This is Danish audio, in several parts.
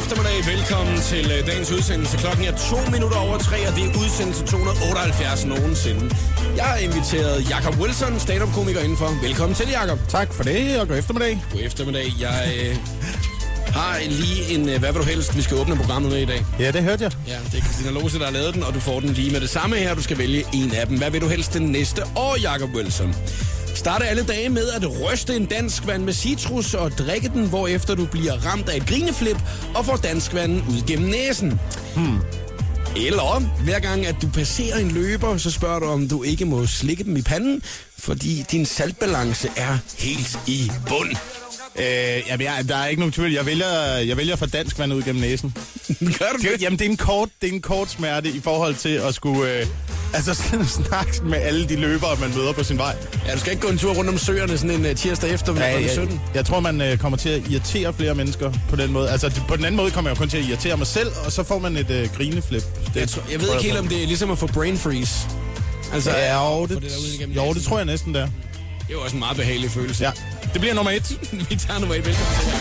eftermiddag. Velkommen til dagens udsendelse. Klokken er 2:02, og det er udsendelse 278 nogensinde. Jeg har inviteret Jacob Wilson, stand-up-komiker indenfor. Velkommen til, Jacob. Tak for det, og god eftermiddag. God eftermiddag. Jeg har lige en hvad vil du helst, vi skal åbne programmet med i dag. Ja, det hørte jeg. Ja, det er Christina Lose, der har lavet den, og du får den lige med det samme her. Du skal vælge en af dem. Hvad vil du helst den næste år, Jacob Wilson? Starte alle dage med at ryste en danskvand med citrus og drikke den, hvorefter du bliver ramt af et grineflip og får danskvanden ud gennem næsen. Eller hver gang, at du passerer en løber, så spørger du, om du ikke må slikke dem i panden, fordi din saltbalance er helt i bund. Der er ikke nogen tvivl. Jeg vælger for danskvand ud gennem næsen. Gør du det? Jamen, det er en kort smerte i forhold til at skulle snakke med alle de løbere, man møder på sin vej. Ja, du skal ikke gå en tur rundt om søerne sådan en tirsdag eftermiddag 17. Jeg tror, man kommer til at irritere flere mennesker på den måde. Altså, på den anden måde kommer jeg kun til at irritere mig selv, og så får man et grineflip. Jeg ved ikke helt, om det er ligesom at få brain freeze. Altså, det tror jeg næsten, det er. Det er jo også en meget behagelig følelse. Ja, det bliver nummer 1. Vi tager nummer 1. Velkommen til.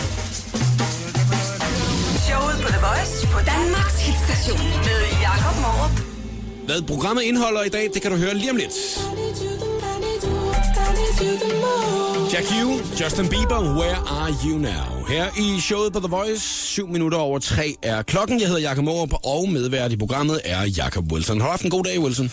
Showet på The Voice på Danmarks hitstation med Jacob Morup. Hvad programmet indeholder i dag, det kan du høre lige om lidt. Jack Hugh, Justin Bieber, Where Are You Now? Her i showet på The Voice, 2:07 er klokken. Jeg hedder Jacob Morup, og medvært i programmet er Jacob Wilson. Har du haft en god dag, Wilson?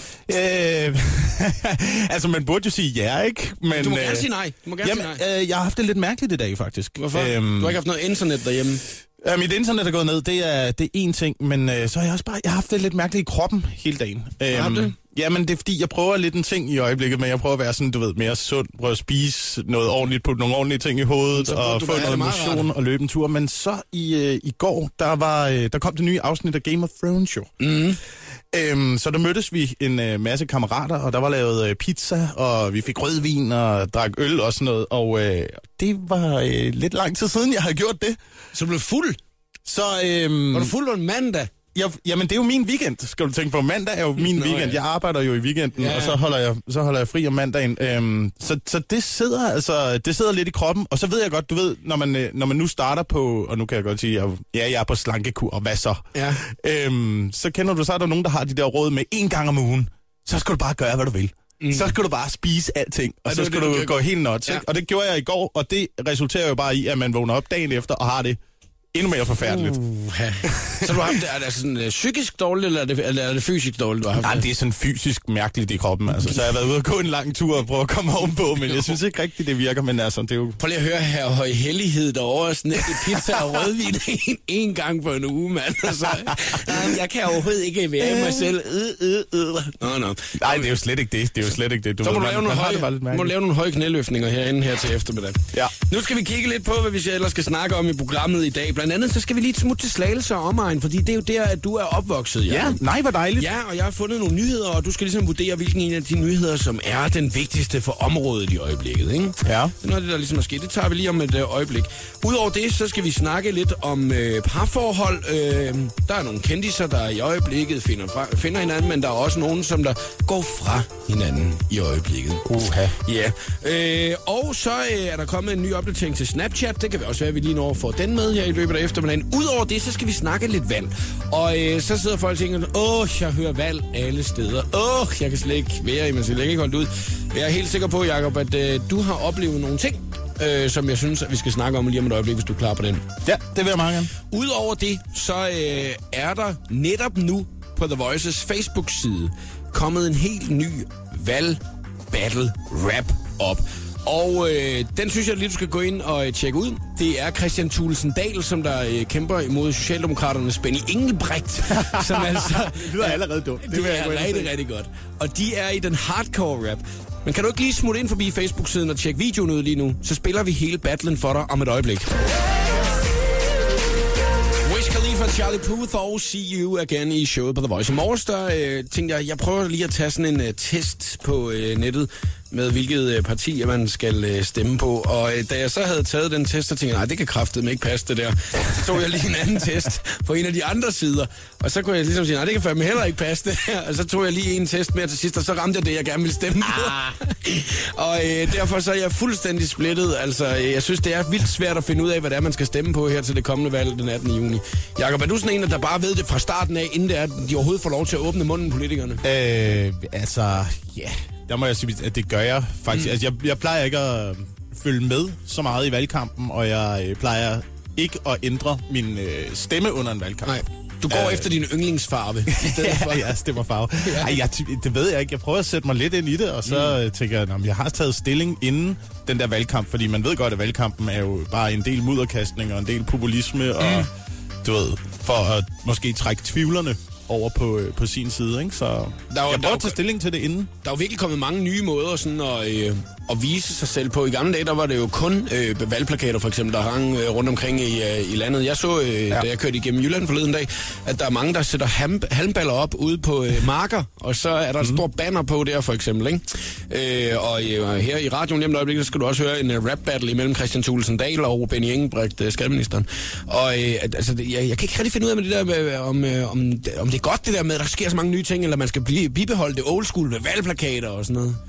Altså, man burde jo sige ja, ikke? Men, du må gerne sige nej. Jeg har haft det lidt mærkeligt i dag, faktisk. Hvorfor? Du har ikke haft noget internet derhjemme? Mit internet er gået ned, det er én ting, men så har jeg også jeg har haft det lidt mærkeligt i kroppen hele dagen. Har du det? Jamen, det er fordi, jeg prøver lidt en ting i øjeblikket, men jeg prøver at være sådan, du ved, mere sund, prøve at spise noget ordentligt, putte nogle ordentlige ting i hovedet, og få noget motion og løbe en tur. Men så i går, der kom det nye afsnit af Game of Thrones jo. Så der mødtes vi en masse kammerater, og der var lavet pizza, og vi fik rødvin og drak øl og sådan noget, og det var lidt lang tid siden, jeg havde gjort det. Så du blev fuld? Så, var du fuld på en mandag? Jamen, det er jo min weekend, skal du tænke på. Mandag er jo min weekend. Ja. Jeg arbejder jo i weekenden, og så holder jeg fri om mandagen. Så det sidder lidt i kroppen. Og så ved jeg godt, du ved, når man nu starter på, og nu kan jeg godt sige, jeg er på slankekur, og hvad så? Ja. Så kender du, så er der nogen, der har de der råd med 1 gang om ugen. Så skal du bare gøre, hvad du vil. Så skal du bare spise alting, og så skal du gå helt nuts. Ja. Og det gjorde jeg i går, og det resulterer jo bare i, at man vågner op dagen efter og har det endnu mere forfærdeligt. Så du har haft det, er det sådan psykisk dårligt, eller er det fysisk dårligt, du har haft? Nej, det er sådan fysisk mærkeligt i kroppen, altså. Så jeg har været ude og gå en lang tur og prøve at komme ovenpå, men jeg synes ikke rigtigt, det virker, men altså, det er jo... Prøv lige at høre her, højhellighed derovre, sådan et pizza og rødvin en gang på en uge, mand. Altså, jeg kan overhovedet ikke være i mig selv. Nå. Nej, det er jo slet ikke det. Det er jo slet ikke det. Så må du lave nogle høje knæløftninger herinde her til eftermiddag. Ja. Nu skal vi kigge lidt på, hvad vi ellers skal snakke om i programmet i dag. Blandt andet, så skal vi lige smutte til Slagelse og omegn, fordi det er jo der, at du er opvokset. Ja, nej, hvor dejligt. Ja, og jeg har fundet nogle nyheder, og du skal ligesom vurdere, hvilken en af de nyheder, som er den vigtigste for området i øjeblikket, ikke? Ja. Det er noget af det, der ligesom er sket. Det tager vi lige om et øjeblik. Udover det, så skal vi snakke lidt om parforhold. Der er nogle kendiser, der i øjeblikket finder hinanden, men der er også nogen, som der går fra hinanden i øjeblikket. Ja. Og så er der kommet en ny opdatering til Snapchat. Det kan også være, at vi lige når får den med her i løbet af eftermiddagen. Udover det, så skal vi snakke lidt valg. Og så sidder folk og tænker, jeg hører valg alle steder. Jeg kan slet ikke være i, man skal ikke holde ud. Jeg er helt sikker på, Jacob, at du har oplevet nogle ting, som jeg synes, at vi skal snakke om lige om et øjeblik, hvis du er klar på den. Ja, det vil jeg meget gerne. Udover det, så er der netop nu på The Voices Facebook-side kommet en helt ny valg-battle-rap-op. Og den synes jeg lige, du skal gå ind og tjekke ud. Det er Kristian Thulesen Dahl, som der kæmper imod Socialdemokraternes Benny Engelbrecht, som altså... Det lyder allerede dumt. Det er rigtig, rigtig godt. Og de er i den hardcore rap. Men kan du ikke lige smutte ind forbi Facebook-siden og tjekke videoen ud lige nu? Så spiller vi hele battlen for dig om et øjeblik. Wiz Khalifa, Charlie Puth og See You Again i showet på The Voice. I morges, der tænkte jeg prøver lige at tage sådan en test på nettet. med hvilket parti man skal stemme på. Og da jeg så havde taget den test, så tænkte jeg, nej, det kan kraftedeme ikke passe det der. Så tog jeg lige en anden test på en af de andre sider, og så kunne jeg ligesom sige, nej, det kan fandme heller ikke passe det her. Og så tog jeg lige en test mere til sidst, og så ramte jeg det, jeg gerne ville stemme på. Og derfor så er jeg fuldstændig splittet. Altså, jeg synes, det er vildt svært at finde ud af, hvad det er, man skal stemme på her til det kommende valg den 18. juni. Jakob, er du sådan en, der bare ved det fra starten af, inden det er, at de overhovedet får lov til at åbne munden, politikerne? Der må jeg sige, at det gør jeg faktisk. Altså, jeg plejer ikke at følge med så meget i valgkampen, og jeg plejer ikke at ændre min stemme under en valgkamp. Nej. Du går efter din yndlingsfarve i stedet for. Ja, stemmerfarve. Ej, det ved jeg ikke. Jeg prøver at sætte mig lidt ind i det, og så tænker jeg, jeg har taget stilling inden den der valgkamp, fordi man ved godt, at valgkampen er jo bare en del mudderkastning og en del populisme, og du ved, for at måske trække tvivlerne over på sin side, ikke? Så jeg prøver at tage stilling til det inden. Der er jo virkelig kommet mange nye måder sådan at vise sig selv på. I gamle dage, der var det jo kun valgplakater, for eksempel, der hang rundt omkring i landet. Jeg så, da jeg kørte igennem Jylland forleden dag, at der er mange, der sætter halmballer op ude på marker, og så er der et stort banner på der, for eksempel, ikke? Og her i radioen hjemme øjeblikket, så skal du også høre en rap battle imellem Kristian Thulesen Dahl og Benny Engelbrecht, skatteministeren. Og altså, jeg kan ikke rigtig finde ud af med det der med, om det er godt det der med, at der sker så mange nye ting, eller man skal bibeholde det old school med valgplakater og sådan noget.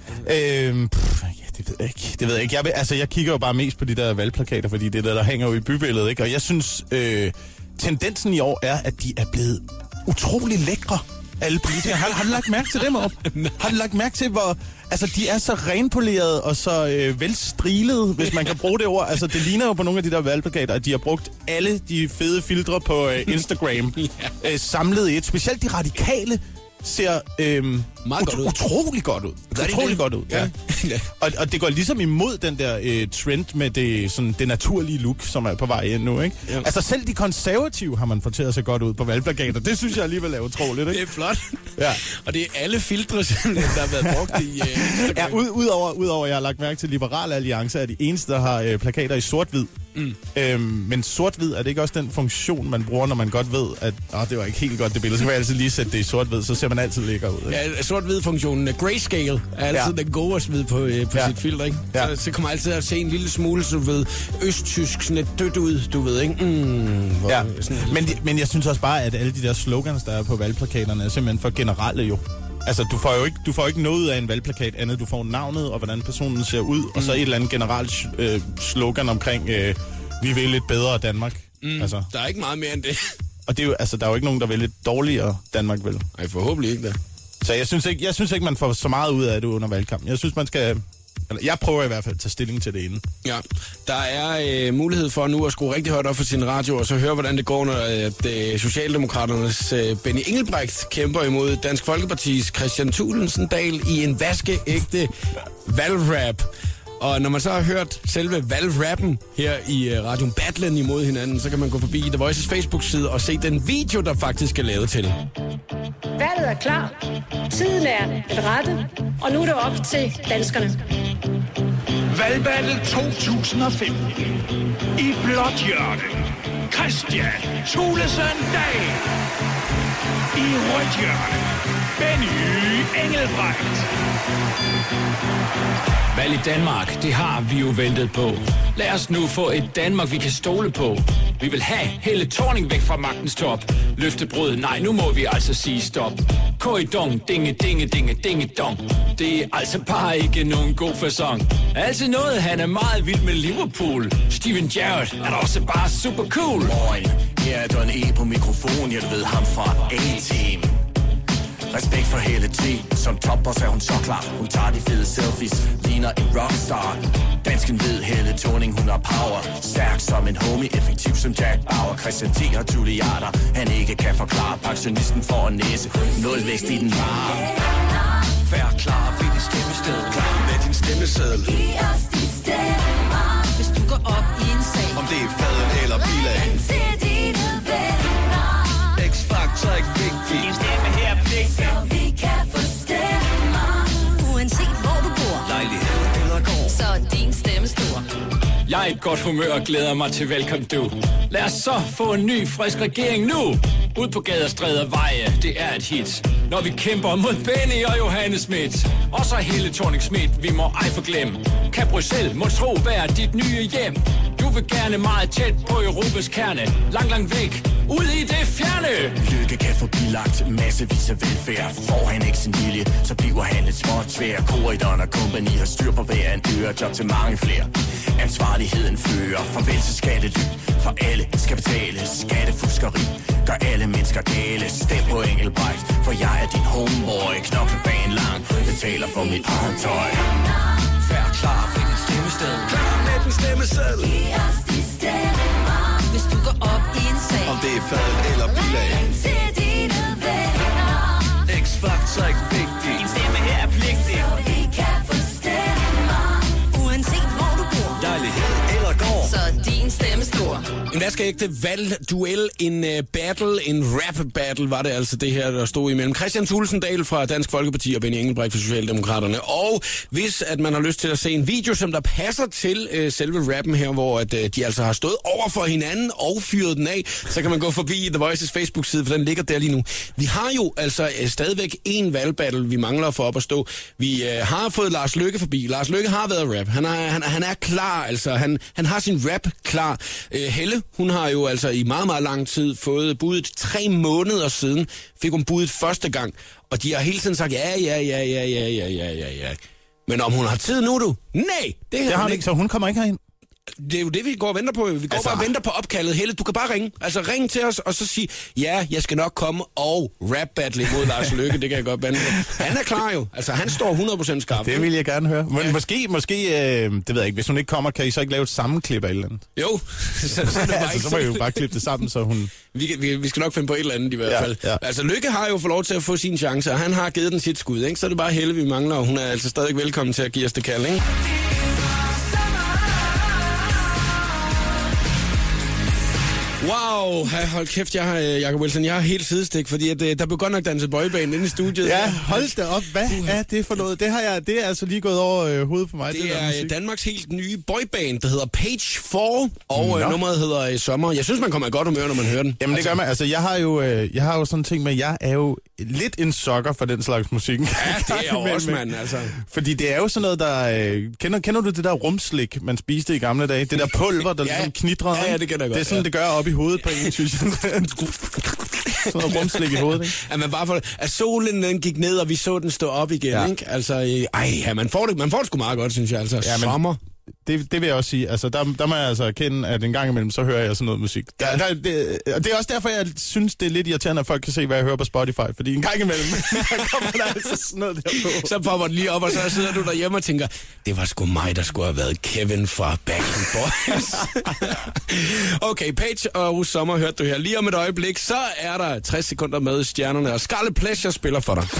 Det ved jeg ikke. Jeg kigger jo bare mest på de der valgplakater, fordi det der hænger jo i bybilledet, ikke? Og jeg synes, tendensen i år er, at de er blevet utrolig lækre, alle politikere. Har du lagt mærke til dem op? Har du lagt mærke til, hvor... Altså, de er så renpolerede og så velstrilede, hvis man kan bruge det ord. Altså, det ligner jo på nogle af de der valgplakater, at de har brugt alle de fede filtre på Instagram samlet i et. Specielt de radikale ser utrolig godt ud. Utrolig godt ud, ja. Og det går ligesom imod den der trend med det naturlige look, som er på vej ind nu, ikke? Ja. Altså selv de konservative har man fået til at se godt ud på valgplakater. Det synes jeg alligevel er utroligt, ikke? Det er flot. Ja. Og det er alle filtre, der har været brugt i ja, udover jeg har lagt mærke til Liberal Alliance, er de eneste, der har plakater i sort-hvid. Men sort-hvid, er det ikke også den funktion, man bruger, når man godt ved, at det var ikke helt godt det billede. Så kan man altid lige sætte det i sort-hvid, så ser man altid lækker ud, ikke? Ja, sort-hvid-funktionen, grayscale, er altid den gode at smide på sit filter, ikke? Ja. Så kommer altid at se en lille smule, så du ved, østtysk, sådan et dødt ud, du ved, ikke? Ja. Men jeg synes også bare, at alle de der slogans, der er på valgplakaterne, er simpelthen for generelle jo. Altså, du får ikke noget ud af en valgplakat andet. Du får navnet og hvordan personen ser ud, og så et eller andet generelt slogan omkring, vi vil et bedre Danmark. Altså. Der er ikke meget mere end det. Og det er jo, altså, der er jo ikke nogen, der vil et dårligere Danmark, vel? Nej, forhåbentlig ikke det. Så jeg synes ikke, man får så meget ud af det under valgkampen. Jeg synes, man skal... Jeg prøver i hvert fald at tage stilling til det inden. Ja, der er mulighed for nu at skrue rigtig højt op for sin radio, og så høre, hvordan det går, når Socialdemokraternes Benny Engelbrecht kæmper imod Dansk Folkepartis Kristian Thulesen Dahl i en vaskeægte valgrap. Og når man så har hørt selve valgrappen her i radioen Battlen imod hinanden, så kan man gå forbi The Voices Facebook-side og se den video, der faktisk er lavet til. Valget er klar. Tiden er den rette. Og nu er det op til danskerne. Valgbattle 2015. I blåt hjørne. Kristian Thulesen Dahl. I rødt hjørne. Benny Engelbrecht. Valg i Danmark, det har vi jo ventet på. Lad os nu få et Danmark, vi kan stole på. Vi vil have hele Thorning væk fra magtens top. Løftebrød, nej, nu må vi altså sige stop. Korridon, dinge, dinge, dinge, dinge, dong. Det er altså bare ikke nogen god facon. Altså noget, han er meget vild med Liverpool. Steven Gerrard er da også bare super cool. Moin, her er Don E på mikrofon, jeg ved ham fra A-Team. Respekt for hele T. Som topboss er hun så klar. Hun tager de fede selfies, ligner en rockstar. Dansken ved hele Thorning, hun har power. Stærk som en homie, effektiv som Jack Bauer. Christian T. har Juliarder, han ikke kan forklare. Pensionisten får en næse, nul vækst i den bare. Vær klar ved dit stemmested. Klar med din stemmeseddel. Giv os de stemmer. Hvis du går op i en sag, om det er faden eller bilag. Ring til dine venner. X-Factor er ikke vigtig. Din stemme her er vigtig. Så vi kan få stemmer. uanset hvor du bor, Lejlighed eller gård, så er din stemme stor. Jeg er i godt humør og glæder mig til Velkommen Du. Lad os så få en ny, frisk regering nu. Ud på gader, stræder, veje, det er et hit. når vi kæmper mod Benny og Johannes Schmidt. Og så hele Thorning Schmidt, vi må ej forglemme. Kan Bruxelles må tro være dit nye hjem. Du vil gerne meget tæt på Europas kerne. Langt væk, ud i det fjerne. Lykke kan få bilagt massevis af velfærd. Får han ikke sin vilje, så bliver han et småt svær. Corridon og company har styr på hver en job til mange flere. Ansvarligheden fører, farvel til skattely. For alle skal betale skattefuskeri. Gør alle mennesker gale, stem på Engelbrecht. For jeg er din homeboy, knoklebanen lang. Betaler for mit eget tøj. Vær klar, find et stemmested. Klar med den stemmeseddel. Giv os de stemmer. Hvis du går op i en sag, Om det er fadel eller bilag. Ring til dine venner. X-Factor er ikke vigtig. din stemme her er pligtig. Så vi kan få stemmer. Uanset hvor du bor, Lejlighed eller gård. så er din stemme stor. En vaskeægte valgduel, en battle, en rap-battle var det altså det her, der stod imellem Kristian Thulesen Dahl fra Dansk Folkeparti og Benny Engelbrecht fra Socialdemokraterne. Og hvis at man har lyst til at se en video, som der passer til selve rappen her, hvor at, de altså har stået over for hinanden og fyret den af, så kan man gå forbi The Voices Facebook-side, for den ligger der lige nu. Vi har jo altså stadigvæk en valgbattle, vi mangler at få op at stå. Vi har fået Lars Løkke forbi. Lars Løkke har været rap. Han er klar, altså. Han har sin rap klar. Helle, hun har jo altså i meget, meget lang tid fået budet 3 måneder siden, fik hun budet første gang. Og de har hele tiden sagt, ja. Men om hun har tid nu, du? Nej, Det har hun ikke, så hun kommer ikke herind. Det er jo det, vi går og venter på. Vi går bare og venter på opkaldet. Helle, du kan bare ringe. Altså ring til os, og så sige, ja, jeg skal nok komme og rap battle imod Lars Løkke. Det kan jeg godt bande på. Han er klar jo. Altså, han står 100% skarp. Det vil jeg gerne høre. Men måske, det ved jeg ikke, hvis hun ikke kommer, kan I så ikke lave et sammenklip af et eller andet? Jo, så er det bare Altså, ikke så må I jo bare klippe det sammen, så hun... Vi skal nok finde på et eller andet i hvert fald. Ja. Altså, Lykke har jo fået lov til at få sin chance, og han har givet den sit skud, ikke? Så er det bare Helle, vi mangler, og hun er altså stadig velkommen til at give os det kald, ikke? Wow, hold kæft, Jacob Wilson, jeg har helt sidestik, fordi at, der blev godt nok danset boyband inde i studiet. Ja, hold da op. Hvad er det for noget? Det er altså lige gået over hovedet på mig. Det er Danmarks helt nye boyband, der hedder Page 4, og nummeret hedder Sommer. Jeg synes, man kommer i godt humør, når man hører den. Jamen det gør man. Altså, jeg har jo sådan en ting med, jeg er jo lidt en sokker for den slags musik. Ja, det er jo også, mand, altså. Fordi det er jo sådan noget, der... Kender du det der rumslik, man spiste i gamle dage? Det der pulver, der ligesom knitrede? Ja, det kender jeg godt. Det er sådan, det gør op i hovedet på en, synes jeg. Sådan noget rumslik i hovedet, ikke? At man bare får... At solen den gik ned, og vi så den stå op igen, ikke? Altså, man får det sgu meget godt, synes jeg, altså. Ja, sommer. Det vil jeg også sige. Altså, der må jeg altså erkende, at en gang imellem, så hører jeg sådan noget musik. Og det er også derfor, jeg synes, det er lidt irriterende, at folk kan se, hvad jeg hører på Spotify. Fordi en gang imellem, der kommer der altså sådan noget der på. Så popper den lige op, og så sidder du derhjemme og tænker, det var sgu mig, der skulle have været Kevin fra Backstreet Boys. Okay, Page og Sommer hørte du her. Lige om et øjeblik, så er der 60 sekunder med stjernerne, og Scarlet Pleasure spiller for dig.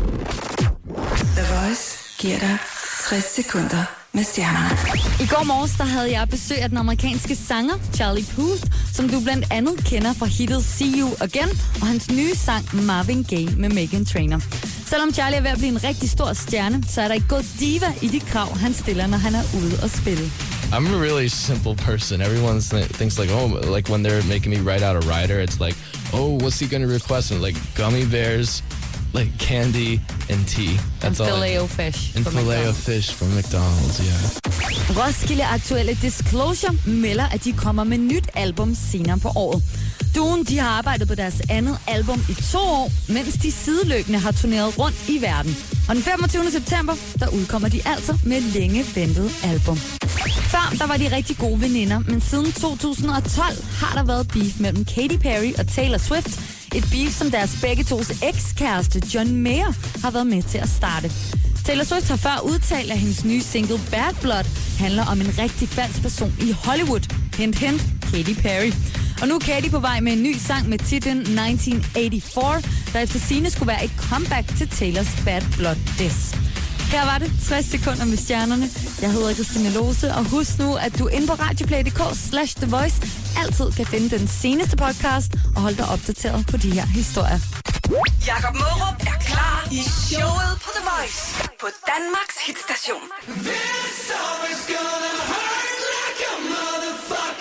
The Voice giver dig 60 sekunder med stjernerne. I går morges, der havde jeg besøg af den amerikanske sanger Charlie Puth, som du blandt andet kender fra hittet See You Again, og hans nye sang Marvin Gaye med Meghan Trainor. Selvom Charlie er ved at blive en rigtig stor stjerne, så er der ikke gået diva i de krav, han stiller, når han er ude og spille. I'm a really simple person. Everyone thinks like, oh, like when they're making me write out a rider, it's like, oh, what's he gonna request? And like gummy bears, like candy and tea. That's all. Filet-O-Fish. And Filet-O-Fish from McDonald's, yeah. Roskilde Aktuelle Disclosure melder, at de kommer med nyt album senere på året. Duoen, de har arbejdet på deres andet album i 2 år, mens de sideløbende har turneret rundt i verden. Og den 25. september, der udkommer de altså med længe ventet album. Før, der var de rigtig gode veninder, men siden 2012 har der været beef mellem Katy Perry og Taylor Swift. Et beef, som deres begge tos ekskæreste John Mayer har været med til at starte. Taylor Swift har før udtalt, at hendes nye single Bad Blood handler om en rigtig falsk person i Hollywood. Hint, hint, Katy Perry. Og nu er Katy på vej med en ny sang med titlen 1984, der efter sigende skulle være et comeback til Taylors Bad Blood diss. Her var det 60 sekunder med stjernerne. Jeg hedder Christine Lose, og husk nu, at du inde på radioplay.dk/The Voice altid kan finde den seneste podcast og holde dig opdateret på de her historier. Jakob Mårup er klar i showet på The Voice på Danmarks hitstation.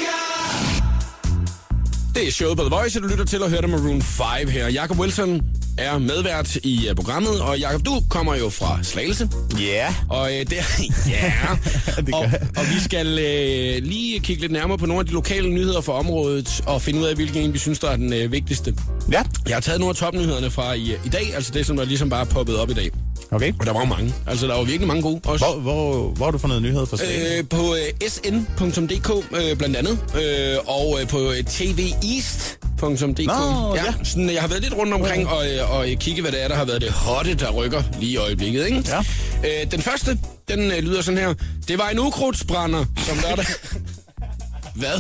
Det er showet på The Voice, du lytter til at høre det Maroon 5 her. Jacob Wilson, er medvært i programmet, og Jakob, du kommer jo fra Slagelse. Ja. Yeah. Og og vi skal lige kigge lidt nærmere på nogle af de lokale nyheder for området, og finde ud af, hvilken en vi synes, der er den vigtigste. Ja. Jeg har taget nogle af topnyhederne fra i dag, altså det, som der ligesom bare er poppet op i dag. Okay. Og der var mange. Altså, der var virkelig mange gode også. Hvor har du fundet nyheder fra Slagelse? På sn.dk blandt andet, og på tveast.dk. Ja. Sådan, jeg har været lidt rundt omkring og kigge, hvad det er, der har været det hotte, der rykker lige i øjeblikket, ikke? Ja. Den første, den lyder sådan her. Det var en ukrudtsbrænder, som lørdag. Hvad?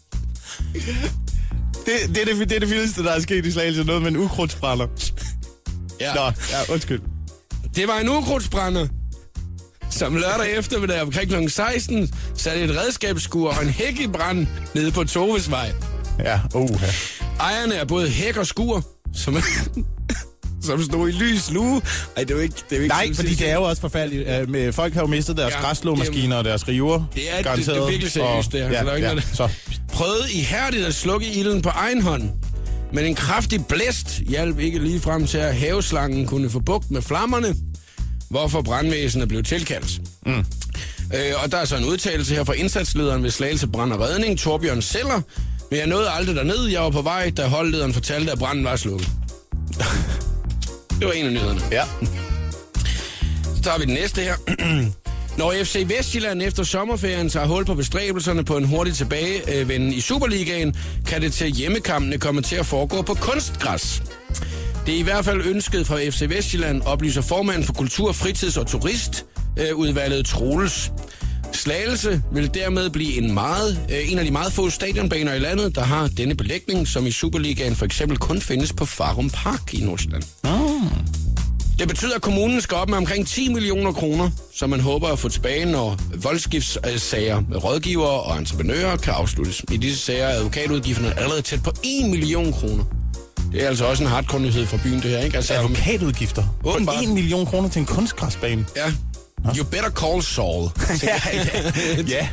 Det er det vildeste, der er sket i Slagelse. Noget med en ukrudtsbrænder. Ja. Nå, ja, undskyld. Det var en ukrudtsbrænder, som lørdag eftermiddag omkring kl. 16 satte et redskabsskur og en hæk i brand nede på Tovesvej. Ja, Ejerne er både hæk og skur, som stod i lys lue. Ej, det er jo ikke nej, fordi det er jo også forfærdeligt. Folk har jo mistet deres græsslåmaskiner og deres river. Det er virkelig seriøst, det her. Ja, så der er ikke noget. Så. Prøvede ihærdigt at slukke ilden på egen hånd. Men en kraftig blæst hjalp ikke lige frem til, at haveslangen kunne få bugt med flammerne, hvorfor brandvæsenet blev tilkaldt. Og der er så en udtalelse her fra indsatslederen ved Slagelse Brand og Redning, Torbjørn Seller. Men jeg nåede aldrig derned. Jeg var på vej, da holdlederen fortalte, at branden var slukket. Det var en af nyhederne. Ja. Så tager vi den næste her. Når FC Vestjylland efter sommerferien tager hul på bestræbelserne på en hurtig tilbagevenden i Superligaen, kan det til hjemmekampene komme til at foregå på kunstgræs. Det er i hvert fald ønsket fra FC Vestjylland, oplyser formanden for Kultur, Fritids- og Turistudvalget Troels. Slagelse vil dermed blive en af de meget få stadionbaner i landet, der har denne belægning, som i Superligaen for eksempel kun findes på Farum Park i Nordsjælland. Det betyder, at kommunen skal op med omkring 10 millioner kroner, som man håber at få tilbage, når voldskiftssager med rådgivere og entreprenører kan afsluttes. I disse sager er advokatudgifterne allerede tæt på 1 million kroner. Det er altså også en hardcore nyhed fra byen, det her, ikke? Altså, advokatudgifter? Åbenbart. På 1 million kroner til en kunstgræsbane? Ja. You better call Saul. Ja.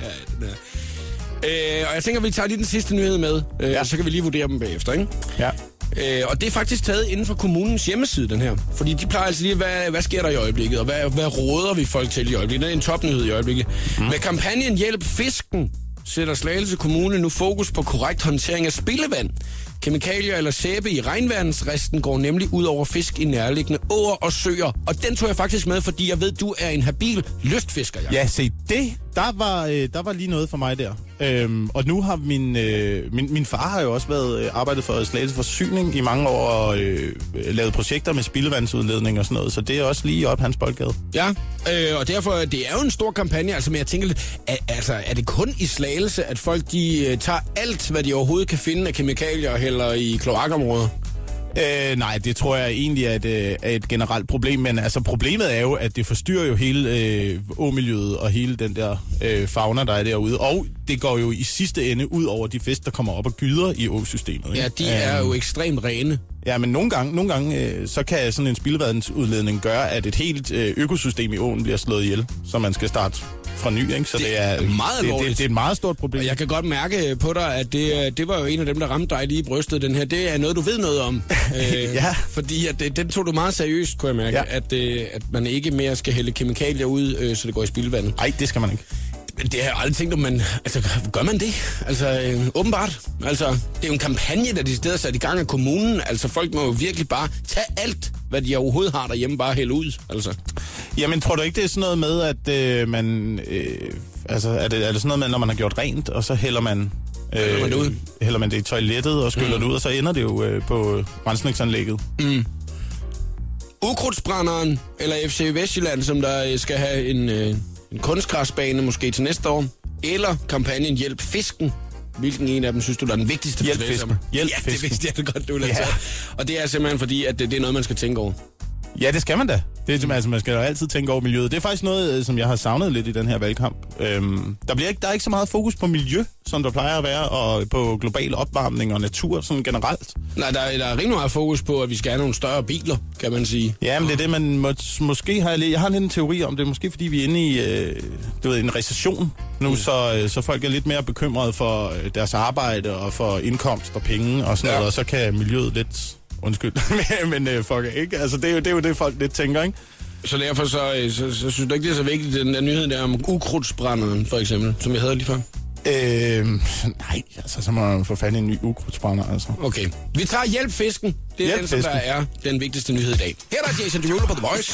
Og jeg tænker, vi tager lige den sidste nyhed med, så kan vi lige vurdere dem bagefter, ikke? Ja. Og det er faktisk taget inden for kommunens hjemmeside, den her. Fordi de plejer altså lige, hvad sker der i øjeblikket, og hvad råder vi folk til i øjeblikket? Det er en topnyhed i øjeblikket. Med kampagnen Hjælp Fisken sætter Slagelse Kommune nu fokus på korrekt håndtering af spildevand. Kemikalier eller sæbe i regnvandsresten går nemlig ud over fisk i nærliggende åer og søer. Og den tog jeg faktisk med, fordi jeg ved, du er en habil lystfisker. Ja, se, der var lige noget for mig der. Og nu har min far har jo også været arbejdet for Slagelse Forsyning i mange år og lavet projekter med spildevandsudledning og sådan noget. Så det er også lige op hans boldgade. Ja, og derfor, det er jo en stor kampagne. Altså, men jeg tænker lidt, er det kun i Slagelse, at folk de tager alt, hvad de overhovedet kan finde af kemikalier og hælder i kloakområder? Nej, det tror jeg egentlig er et generelt problem, men altså problemet er jo, at det forstyrrer jo hele åmiljøet og hele den der fauna, der er derude, og det går jo i sidste ende ud over de fisk, der kommer op og gyder i åsystemet. Ikke? Ja, de er jo ekstremt rene. Ja, men nogle gange så kan sådan en spildevandsudledning gøre, at et helt økosystem i åen bliver slået ihjel, så man skal starte fra ny, ikke? Så det er meget alvorligt. Det er et meget stort problem. Og jeg kan godt mærke på dig, at det var jo en af dem, der ramte dig lige i brystet, den her. Det er noget, du ved noget om. Ja. Fordi at den tog du meget seriøst, kunne jeg mærke, ja. at man ikke mere skal hælde kemikalier ud, så det går i spildevandet. Nej, det skal man ikke. Det har jeg aldrig tænkt om, men altså, gør man det? Altså, åbenbart. Altså, det er jo en kampagne, der de steder sat i gang af kommunen. Altså, folk må jo virkelig bare tage alt, hvad de overhovedet har derhjemme, bare hælde ud. Altså. Jamen, tror du ikke, det er sådan noget med, at man... altså, er det sådan noget med, når man har gjort rent, og så hælder man det i toilettet og skyller det ud, og så ender det jo på rensningsanlægget? Ukrudtsbrænderen, eller FC Vestjylland, som der skal have en kunstgræsbane måske til næste år, eller kampagnen Hjælp Fisken. Hvilken en af dem synes du, der er den vigtigste? Hjælp Fisken. Ja, det vidste jeg godt, du ville have taget. Og det er simpelthen fordi, at det er noget, man skal tænke over. Ja, det skal man da. Det er, altså, man skal jo altid tænke over miljøet. Det er faktisk noget, som jeg har savnet lidt i den her valgkamp. Der er ikke så meget fokus på miljø, som der plejer at være, og på global opvarmning og natur sådan generelt. Nej, der er rimelig meget fokus på, at vi skal have nogle større biler, kan man sige. Ja, men det er det, man måske har... Jeg har lidt en teori om det. Måske fordi vi er inde i en recession nu, så folk er lidt mere bekymrede for deres arbejde og for indkomst og penge og sådan noget, og så kan miljøet lidt undskyld. men fuck ikke. Altså, det er jo det, folk lidt tænker, ikke? Så derfor så synes du ikke, det er så vigtigt, den der nyhed der om ukrudtsbrænderen, for eksempel, som jeg havde lige før? Nej, altså, så må man få fat i en ny ukrudtsbrænder, altså. Okay. Vi tager hjælp fisken. Det er den, som der er den vigtigste nyhed i dag. Her er der Jason Derulo på The Voice.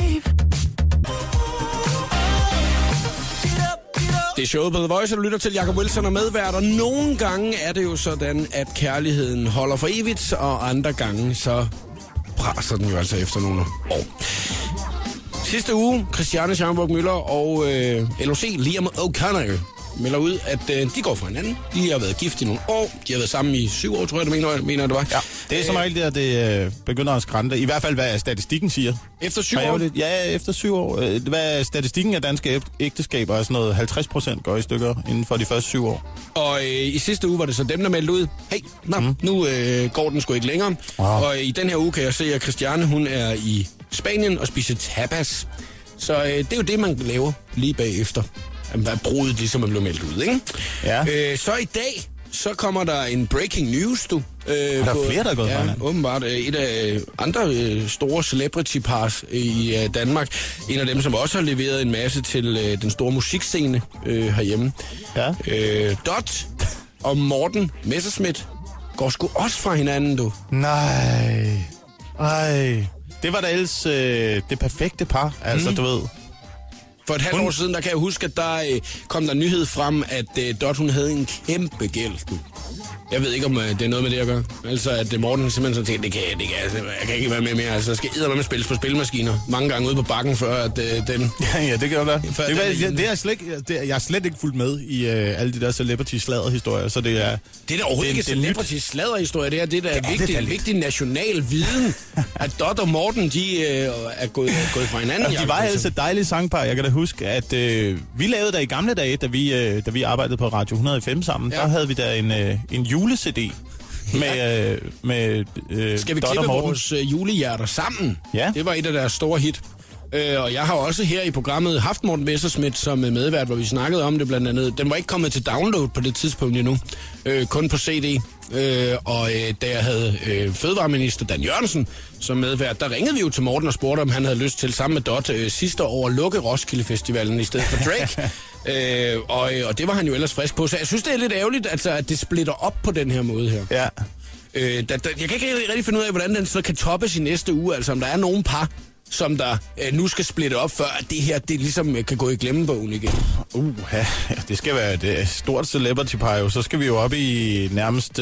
Det er showet på The Voice, og du lytter til Jacob Wilson og medværter. Nogle gange er det jo sådan, at kærligheden holder for evigt, og andre gange så braser den jo altså efter nogle år. Sidste uge, Christiane Schaumburg Müller og LOC Liam O'Connor melder ud, at de går fra hinanden. De har været gift i nogle år. De har været sammen i 7 år, tror jeg, det mener det var. Ja, det er som regel der, det begynder at skrænte. I hvert fald, hvad statistikken siger. Efter 7 år? Ja, efter 7 år. Hvad statistikken af danske ægteskaber er sådan noget 50% går i stykker inden for de første 7 år. Og i sidste uge var det så dem, der meldte ud. Hey, nu går den sgu ikke længere. Wow. Og i den her uge kan jeg se, at Christiane, hun er i Spanien og spiser tapas. Så det er jo det, man laver lige bagefter. Hvad brudet ligesom er blevet meldt ud, ikke? Ja. Så i dag, så kommer der en breaking news, du. Der er flere, der er gået fra hinanden. Åbenbart. Et af andre store celebrity pars i Danmark. En af dem, som også har leveret en masse til den store musikscene herhjemme. Ja. Dot og Morten Messerschmidt går sgu også fra hinanden, du. Nej. Ej. Det var da ellers det perfekte par, altså du ved. For et halvt år siden, der kan jeg huske, at der kom der nyhed frem, at Dot, hun havde en kæmpe gæld. Jeg ved ikke, om det er noget med det at gøre. Altså, at Morten simpelthen så tænkte, jeg kan ikke være med mere. Altså, jeg skal eddermame spilles på spilmaskiner mange gange ude på bakken, før at den... Ja, det gør det. Jeg er slet ikke fulgt med i alle de der celebrity-sladderhistorier, så det er... Det er da overhovedet ikke celebrity-sladderhistorie, det er vigtig national viden, at Dot og Morten, de er gået fra hinanden. Ja, de var altså et dejligt sangpar. Jeg kan da huske, at vi lavede der i gamle dage, da vi arbejdede på Radio 105 sammen, der havde vi der en jule-CD med skal vi Dot klippe og Morten. vores julehjerter sammen? Ja. Det var et af deres store hit. Og jeg har også her i programmet haft Morten Messerschmidt som medvært, hvor vi snakkede om det blandt andet. Den var ikke kommet til download på det tidspunkt endnu. Kun på CD. Da jeg havde fødevareminister Dan Jørgensen som medvært, der ringede vi jo til Morten og spurgte, om han havde lyst til sammen med Dot sidste år at lukke Roskilde Festivalen i stedet for Drake. Og det var han jo ellers frisk på. Så jeg synes, det er lidt ærgerligt, altså, at det splitter op på den her måde her. Ja. Jeg kan ikke rigtig finde ud af, hvordan den så kan toppes i næste uge. Altså, om der er nogen par, som der nu skal splitte op, før at det her det ligesom kan gå i glemmebogen igen. Ja, det skal være et stort celebrity-par jo. Så skal vi jo op i nærmest...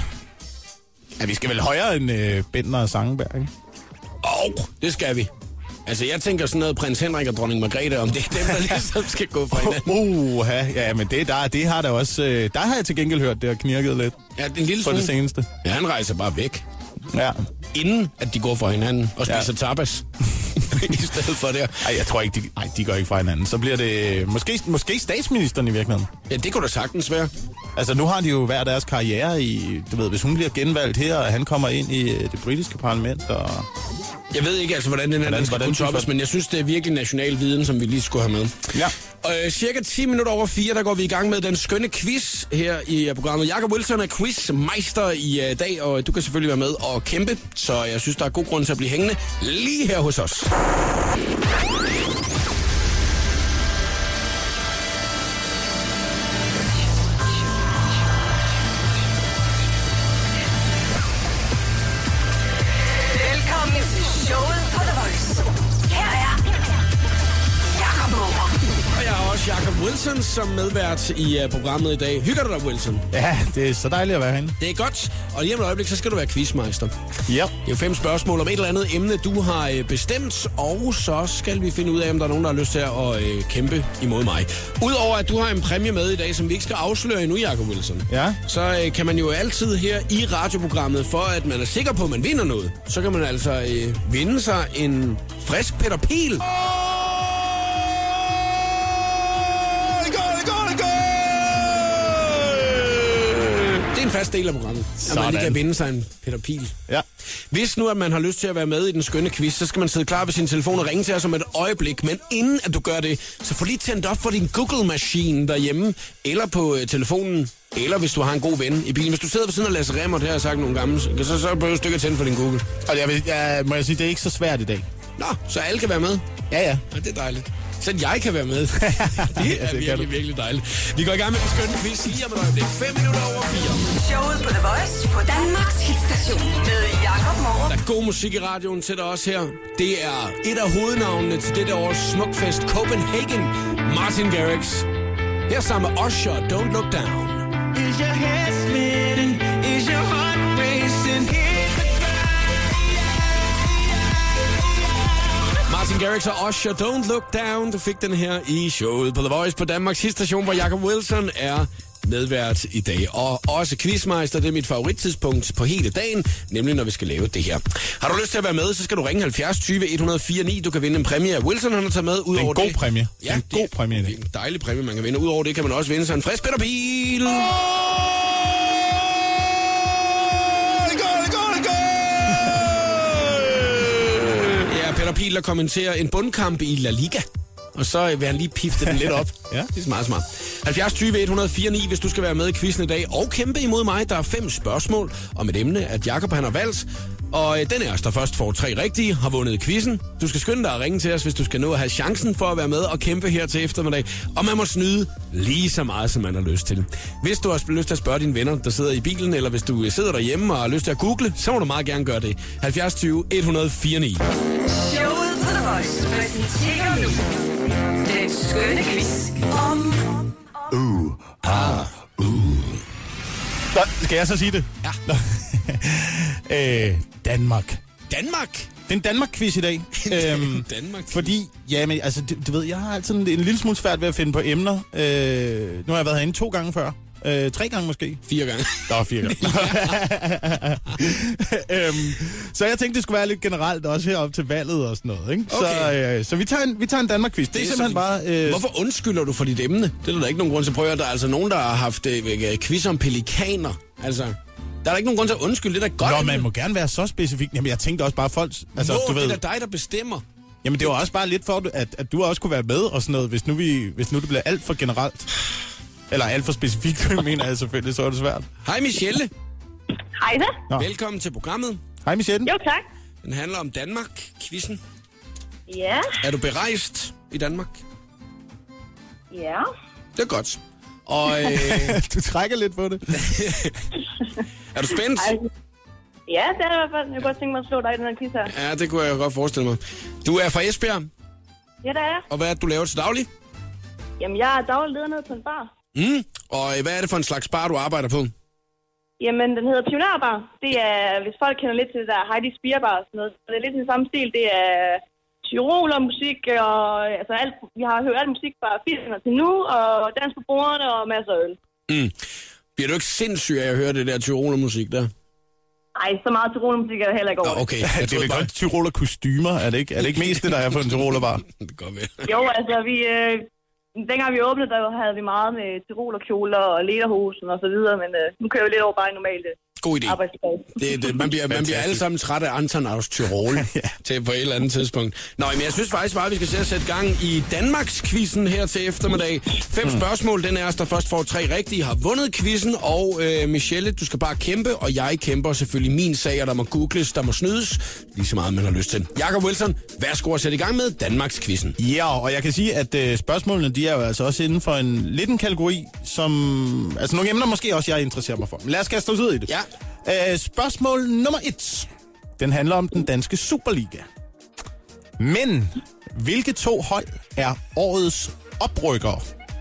vi skal vel højere end Bentner og Sangenberg, ikke? Det skal vi. Altså, jeg tænker sådan noget prins Henrik og dronning Margrethe, om det er dem, der ligesom skal gå fra hinanden. Ja, men det har der også... Der har jeg til gengæld hørt, det har knirket lidt. Ja, den lille på det seneste. Ja, han rejser bare væk. Ja. Inden at de går fra hinanden og spiser tapas. I stedet for det. Ej, jeg tror ikke, de går ikke fra hinanden. Så bliver det måske statsministeren i virkeligheden. Ja, det kunne da sagtens være. Altså, nu har de jo hver deres karriere i... Du ved, hvis hun bliver genvalgt her, og han kommer ind i det britiske parlament, og... Jeg ved ikke altså, hvordan den her skal kunne toppes, men jeg synes, det er virkelig national viden, som vi lige skulle have med. Ja. Og cirka 10 minutter over 4, der går vi i gang med den skønne quiz her i programmet. Jacob Wilson er quizmeister i dag, og du kan selvfølgelig være med og kæmpe. Så jeg synes, der er god grund til at blive hængende lige her hos os. Jacob Wilson som medvært i programmet i dag. Hygger du dig, Wilson? Ja, det er så dejligt at være herinde. Det er godt. Og lige om et øjeblik, så skal du være quizmeister. Ja. Det er jo 5 spørgsmål om et eller andet emne, du har bestemt. Og så skal vi finde ud af, om der er nogen, der har lyst til at kæmpe imod mig. Udover at du har en præmie med i dag, som vi ikke skal afsløre endnu, Jacob Wilson. Ja. Så kan man jo altid her i radioprogrammet, for at man er sikker på, at man vinder noget, så kan man altså vinde sig en frisk Peter Pihl. Det er en fast del af programmet, at man lige kan vinde sig en Peter Pihl. Ja. Hvis nu, at man har lyst til at være med i den skønne quiz, så skal man sidde klar ved sin telefon og ringe til os om et øjeblik. Men inden at du gør det, så få lige tændt op for din Google-maskine derhjemme, eller på telefonen Eller hvis du har en god ven i bilen. Hvis du sidder ved siden af Lasse Remmer, det har jeg sagt nogle gange, så behøver du stykke tænde for din Google. Og må jeg sige, det er ikke så svært i dag. Nå, så alle kan være med? Ja. Ja, det er dejligt. Så jeg kan være med. Det er virkelig, virkelig dejligt. Vi går i gang med den skønne quiz lige om et øjeblik. 5 minutter over 4. Showet på The Voice på Danmarks hitstation med Jakob Morup. Der er god musik i radioen til dig også her. Det er et af hovednavnene til dette års Smukfest Copenhagen, Martin Garrix. Her sammen med Usher, Don't Look Down. Is your head spinning? Is your heart racing? Martin Garrix og Usher, Don't Look Down. Du fik den her i showet på The Voice på Danmarks hitstation, hvor Jakob Wilson er medvært i dag. Og også quizmeister, det er mit favorittidspunkt på hele dagen, nemlig når vi skal lave det her. Har du lyst til at være med, så skal du ringe 70 20 104 9. Du kan vinde en præmie af Wilson, han har taget med. Det er en god præmie. Ja, det er en god præmie. Det er en dejlig præmie, man kan vinde. Udover det kan man også vinde sig en frisk Peter Pihl. Peter Pihl der kommenterer en bundkamp i La Liga. Og så vil han lige pifte den lidt op. Ja. Det er meget smart. 70 20 104 9, hvis du skal være med i quizzen i dag. Og kæmpe imod mig. Der er 5 spørgsmål om et emne, at Jakob han har valgt. Og den er der først får 3 rigtige, har vundet quizzen. Du skal skynde dig at ringe til os, hvis du skal nå at have chancen for at være med og kæmpe her til eftermiddag. Og man må snyde lige så meget, som man har lyst til. Hvis du har lyst til at spørge dine venner, der sidder i bilen, eller hvis du sidder derhjemme og har lyst til at google, så må du meget gerne gøre det. 70 20 104 9. Showet på The Voice præsenterer nu den skønne quiz om... Nå, skal jeg så sige det? Ja. Danmark. Danmark? Det er en Danmark-quiz i dag. Danmark-quiz. Fordi, jamen, altså, du ved, jeg har altid en lille smule svært ved at finde på emner. Nu har jeg været herinde 2 gange før. 3 gange måske. 4 gange. Der var 4 gange. Så jeg tænkte, det skulle være lidt generelt også herop til valget og sådan noget. Ikke? Okay. Så vi tager en Danmark-quiz. Det er simpelthen bare... Hvorfor undskylder du for dit emne? Det er der ikke nogen grund til at prøve. Der er altså nogen, der har haft quiz om pelikaner. Altså... Der er ikke nogen grund til at undskylde, det er da godt. Nå, man må gerne være så specifik. Jamen, jeg tænkte også bare folk... Altså, du ved, det er da dig, der bestemmer. Jamen, det var også bare lidt for, at du også kunne være med og sådan noget, hvis nu det bliver alt for generelt. Eller alt for specifikt, mener jeg selvfølgelig, så er det svært. Hej Michelle. Hej da. Nå. Velkommen til programmet. Hej Michelle. Jo, tak. Den handler om Danmark, quizzen. Ja. Er du berejst i Danmark? Ja. Det er godt. Og, du trækker lidt på det. Er du spændt? Ja, det er i hvert fald. Jeg kunne godt tænke mig at slå dig i den her quiz her. Ja, det kunne jeg godt forestille mig. Du er fra Esbjerg? Ja, det er jeg. Og hvad er det, du laver til daglig? Jamen, jeg er daglig leder nede på en bar. Og hvad er det for en slags bar, du arbejder på? Jamen, den hedder Pionerbar. Det er, hvis folk kender lidt til det der Heidi's Beerbar og sådan noget, så det er lidt den samme stil. Det er tyroler musik, og altså alt, vi har hørt alt musik fra 80'erne til nu, og dans på bordene og masser af øl. Bliver du ikke sindssyg af at høre det der tyroler musik der? Nej, så meget tyrolermusik er der heller ikke over. Okay, det er godt tyroler kostymer, er det ikke mest det, der er på en tyrolerbar? Det kan godt være. Jo, altså vi... dengang vi åbnede, der havde vi meget med tyrolerkjoler og lederhosen og så videre, men nu kører vi lidt over bare i normalt god idé. Man bliver alle sammen træt af Anton aus Tyrol til på et eller andet tidspunkt. Nå, men jeg synes faktisk bare, at vi skal sætte gang i Danmarks-quizzen her til eftermiddag. 5 spørgsmål, den er os, der først får 3 rigtige, har vundet quizzen, og Michelle, du skal bare kæmpe, og jeg kæmper selvfølgelig min sag, og der må googles, der må snydes, lige så meget man har lyst til. Jakob Wilson, værsgo at sætte i gang med Danmarks-quizzen. Ja, og jeg kan sige, at spørgsmålene, de er jo altså også inden for en kategori, som... Altså nogle emner måske også, jeg interesserer mig for. Men lad os kaste os ud i det. Ja. Spørgsmål nummer 1. Den handler om den danske Superliga. Men hvilke 2 hold er årets oprykkere?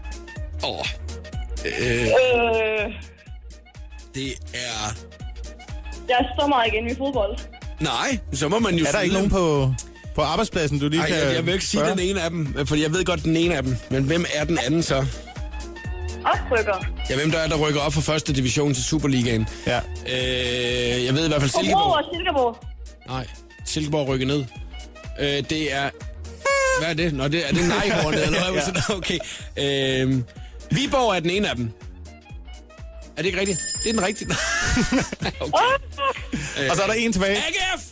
Det er... Jeg står meget igen i fodbold. Nej, så må man jo... Er der ikke nogen på arbejdspladsen, du lige kan... Jeg vil ikke sige den ene af dem, for jeg ved godt den ene af dem. Men hvem er den anden så? Oprykker. Ja, hvem der er, der rykker op fra første division til Superligaen. Ja. Jeg ved i hvert fald Silkeborg. Og Silkeborg. Nej, Silkeborg rykker ned. Det er... Hvad er det? Nå, er det nejhornet, eller hvad? Ja. Okay. Viborg er den ene af dem. Er det ikke rigtigt? Det er den rigtige. Okay. Og så er der en tilbage. AGF!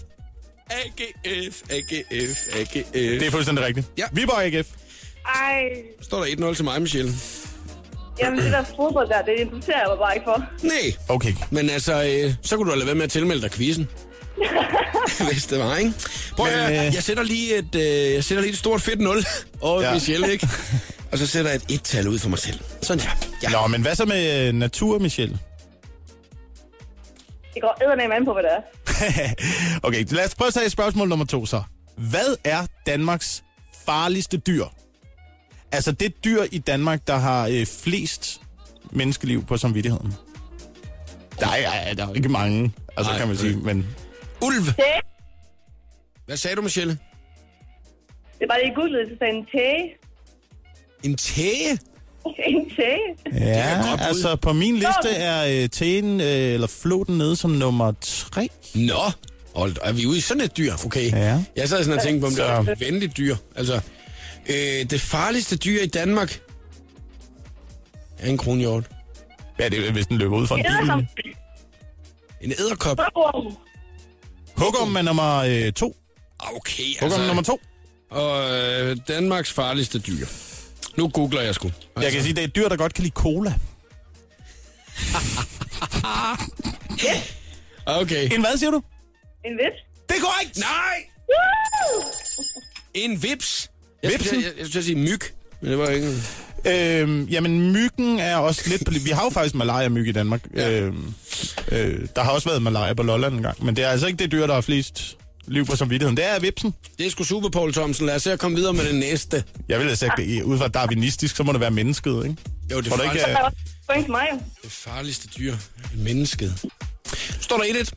Det er fuldstændig rigtigt. Ja. Viborg AGF. Ej. Står der 1-0 til mig, Michelle. Jamen, det der fodbold der, det interesserer jeg mig bare ikke for. Nej. Okay. Men altså, så kunne du lade være med at tilmelde dig quizzen. Hvis det var, ikke? Prøv at høre, jeg sætter lige et stort fedt 0 over Michelle, ikke? Og så sætter jeg et 1-tal ud for mig selv. Sådan her. Ja. Nå, men hvad så med natur, Michelle? Det går eddermame an på, hvad det er. Okay, lad os prøve at tage spørgsmål nummer 2 så. Hvad er Danmarks farligste dyr? Altså det dyr i Danmark, der har flest menneskeliv på samvittigheden. Der er jo ikke mange, altså kan man sige, men... Ulv! Hvad sagde du, Michelle? Det er bare det, jeg googlede, så sagde en tæge. En tæge? En tæge? Ja, altså på min liste er tægen eller flåten nede som nummer 3. Nå, er vi ude i sådan et dyr? Okay. Ja. Jeg sad sådan og tænkte på, om det er et venligt dyr. Altså, det farligste dyr i Danmark er en kronhjort. Ja, det er, hvis den løber ud fra en bil. En edderkop. Hugorm er nummer 2. Okay, Hugorm nummer 2. Og Danmarks farligste dyr. Nu googler jeg sgu. Altså. Jeg kan sige, det er et dyr, der godt kan lide cola. Okay. En hvad, siger du? En vips. Det er korrekt! Nej! En vips. Jeg skulle sige myg, men det var ikke... Jamen, myggen er også lidt på... Vi har jo faktisk malaria-myg i Danmark. Ja. Der har også været malaria på Lolland en gang, men det er altså ikke det dyr, der har flest liv på samvittigheden. Det er vipsen. Det er sgu super, Poul Thomsen. Lad os se at komme videre med det næste. Jeg vil have sagt det, ud fra darwinistisk, så må det være mennesket, ikke? Jo, det er det farligste dyr. Mennesket. Står der 1-1?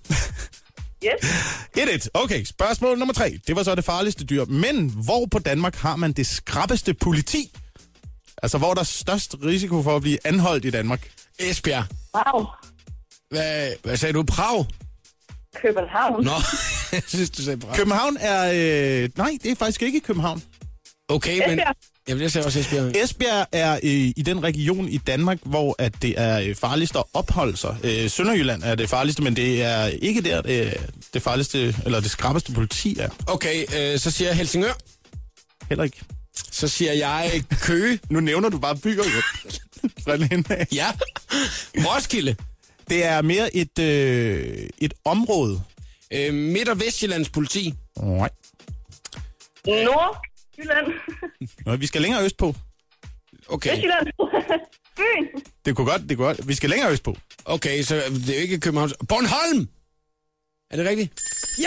Yes. 1-1. Okay, spørgsmål nummer 3. Det var så det farligste dyr. Men hvor på Danmark har man det skrappeste politi? Altså, hvor er der størst risiko for at blive anholdt i Danmark? Esbjerg. Wow. Hvad sagde du? Prag? København. Nå, jeg synes, du sagde Prag. København er... nej, det er faktisk ikke København. Okay, men... Jamen, jeg sagde også Esbjerg. Esbjerg er i den region i Danmark, hvor at det er farligst at opholde sig. Sønderjylland er det farligste, men det er ikke der, det farligste, eller det skrappeste politi er. Okay, så siger jeg Helsingør. Heller ikke. Så siger jeg Køge. Nu nævner du bare byer, jo. Ja. Roskilde. Det er mere et område. Midt- og Vestjyllands politi. Nej. Nordjylland. Nå, vi skal længere østpå. Okay. Vestjylland. Fyn. Det kunne godt. Vi skal længere østpå. Okay, så det er jo ikke København. Bornholm! Er det rigtigt? Ja!